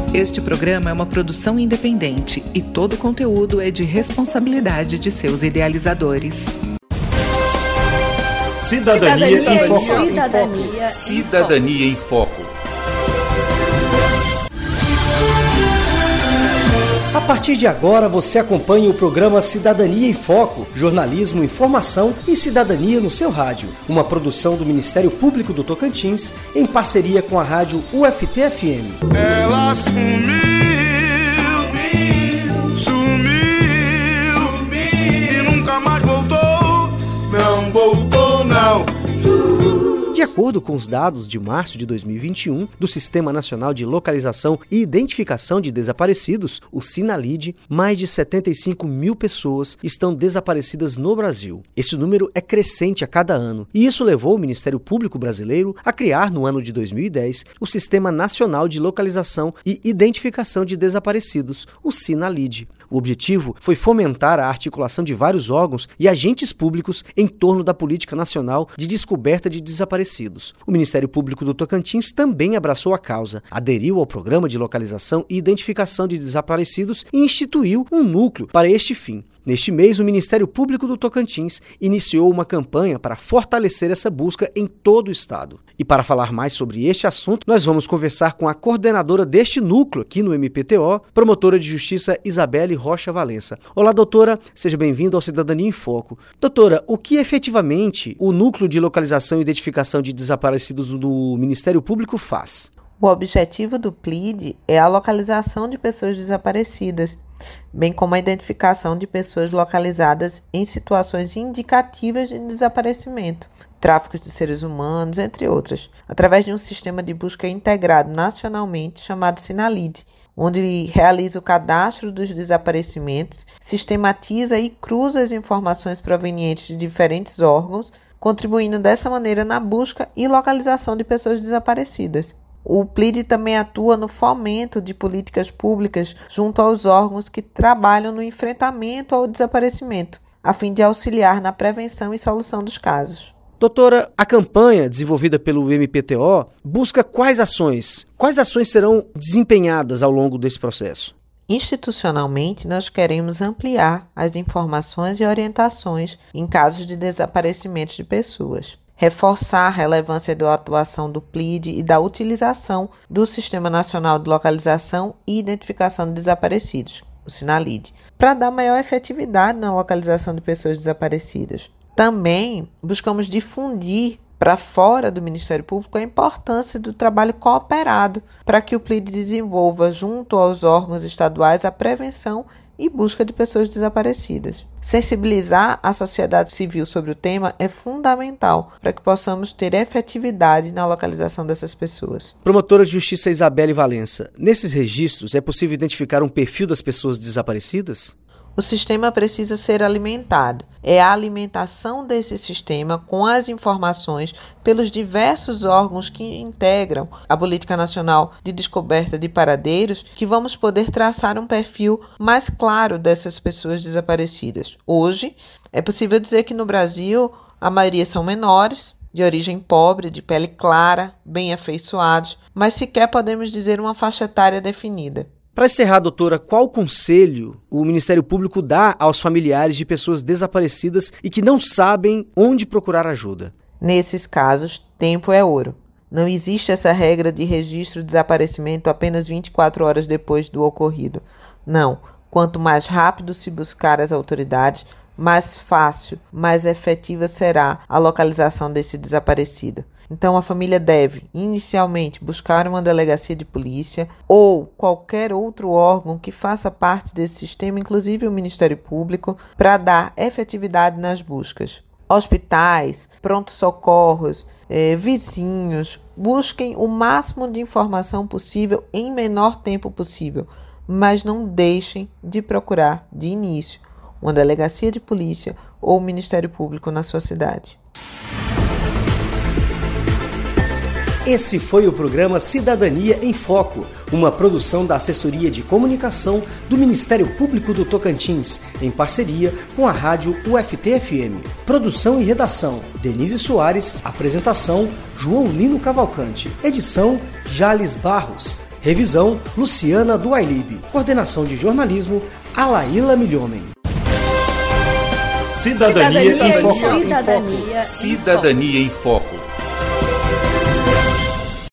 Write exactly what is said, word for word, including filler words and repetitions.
Este programa é uma produção independente e todo o conteúdo é de responsabilidade de seus idealizadores. Cidadania, Cidadania em Foco. Cidadania, Cidadania em Foco. A partir de agora, você acompanha o programa Cidadania em Foco, jornalismo, informação e cidadania no seu rádio. Uma produção do Ministério Público do Tocantins, em parceria com a rádio U F T F M. Ela sumiu, sumiu, sumiu e nunca mais voltou, não voltou não. De acordo com os dados de março de dois mil e vinte e um do Sistema Nacional de Localização e Identificação de Desaparecidos, o SINALID, mais de setenta e cinco mil pessoas estão desaparecidas no Brasil. Esse número é crescente a cada ano, e isso levou o Ministério Público Brasileiro a criar, no ano de dois mil e dez, o Sistema Nacional de Localização e Identificação de Desaparecidos, o SINALID. O objetivo foi fomentar a articulação de vários órgãos e agentes públicos em torno da política nacional de descoberta de desaparecidos. O Ministério Público do Tocantins também abraçou a causa, aderiu ao Programa de Localização e Identificação de Desaparecidos e instituiu um núcleo para este fim. Neste mês, o Ministério Público do Tocantins iniciou uma campanha para fortalecer essa busca em todo o estado. E para falar mais sobre este assunto, nós vamos conversar com a coordenadora deste núcleo aqui no M P T O, promotora de justiça Isabelle Rocha Valença. Olá, doutora, seja bem-vinda ao Cidadania em Foco. Doutora, o que efetivamente o Núcleo de Localização e Identificação de Desaparecidos do Ministério Público faz? O objetivo do P L I D é a localização de pessoas desaparecidas, bem como a identificação de pessoas localizadas em situações indicativas de desaparecimento, tráfico de seres humanos, entre outras, através de um sistema de busca integrado nacionalmente chamado SINALID, onde realiza o cadastro dos desaparecimentos, sistematiza e cruza as informações provenientes de diferentes órgãos, contribuindo dessa maneira na busca e localização de pessoas desaparecidas. O P L I D também atua no fomento de políticas públicas junto aos órgãos que trabalham no enfrentamento ao desaparecimento, a fim de auxiliar na prevenção e solução dos casos. Doutora, a campanha desenvolvida pelo M P T O busca quais ações? Quais ações serão desempenhadas ao longo desse processo? Institucionalmente, nós queremos ampliar as informações e orientações em casos de desaparecimento de pessoas. Reforçar a relevância da atuação do P L I D e da utilização do Sistema Nacional de Localização e Identificação de Desaparecidos, o SINALID, para dar maior efetividade na localização de pessoas desaparecidas. Também buscamos difundir para fora do Ministério Público a importância do trabalho cooperado para que o P L I D desenvolva junto aos órgãos estaduais a prevenção e busca de pessoas desaparecidas. Sensibilizar a sociedade civil sobre o tema é fundamental para que possamos ter efetividade na localização dessas pessoas. Promotora de Justiça Isabelle Valença, nesses registros é possível identificar um perfil das pessoas desaparecidas? O sistema precisa ser alimentado. É a alimentação desse sistema com as informações pelos diversos órgãos que integram a Política Nacional de Descoberta de Paradeiros que vamos poder traçar um perfil mais claro dessas pessoas desaparecidas. Hoje, é possível dizer que no Brasil a maioria são menores, de origem pobre, de pele clara, bem afeiçoados, mas sequer podemos dizer uma faixa etária definida. Para encerrar, doutora, qual conselho o Ministério Público dá aos familiares de pessoas desaparecidas e que não sabem onde procurar ajuda? Nesses casos, tempo é ouro. Não existe essa regra de registro de desaparecimento apenas vinte e quatro horas depois do ocorrido. Não. Quanto mais rápido se buscar as autoridades, mais fácil, mais efetiva será a localização desse desaparecido. Então, a família deve, inicialmente, buscar uma delegacia de polícia ou qualquer outro órgão que faça parte desse sistema, inclusive o Ministério Público, para dar efetividade nas buscas. Hospitais, pronto-socorros, eh, vizinhos, busquem o máximo de informação possível em menor tempo possível, mas não deixem de procurar, de início, uma delegacia de polícia ou o Ministério Público na sua cidade. Esse foi o programa Cidadania em Foco, uma produção da Assessoria de Comunicação do Ministério Público do Tocantins, em parceria com a rádio U F T F M. Produção e redação, Denise Soares. Apresentação, João Lino Cavalcante. Edição, Jales Barros. Revisão, Luciana Duailib. Coordenação de jornalismo, Alaíla Milhomem. Cidadania, Cidadania em Foco. Cidadania, Cidadania em Foco.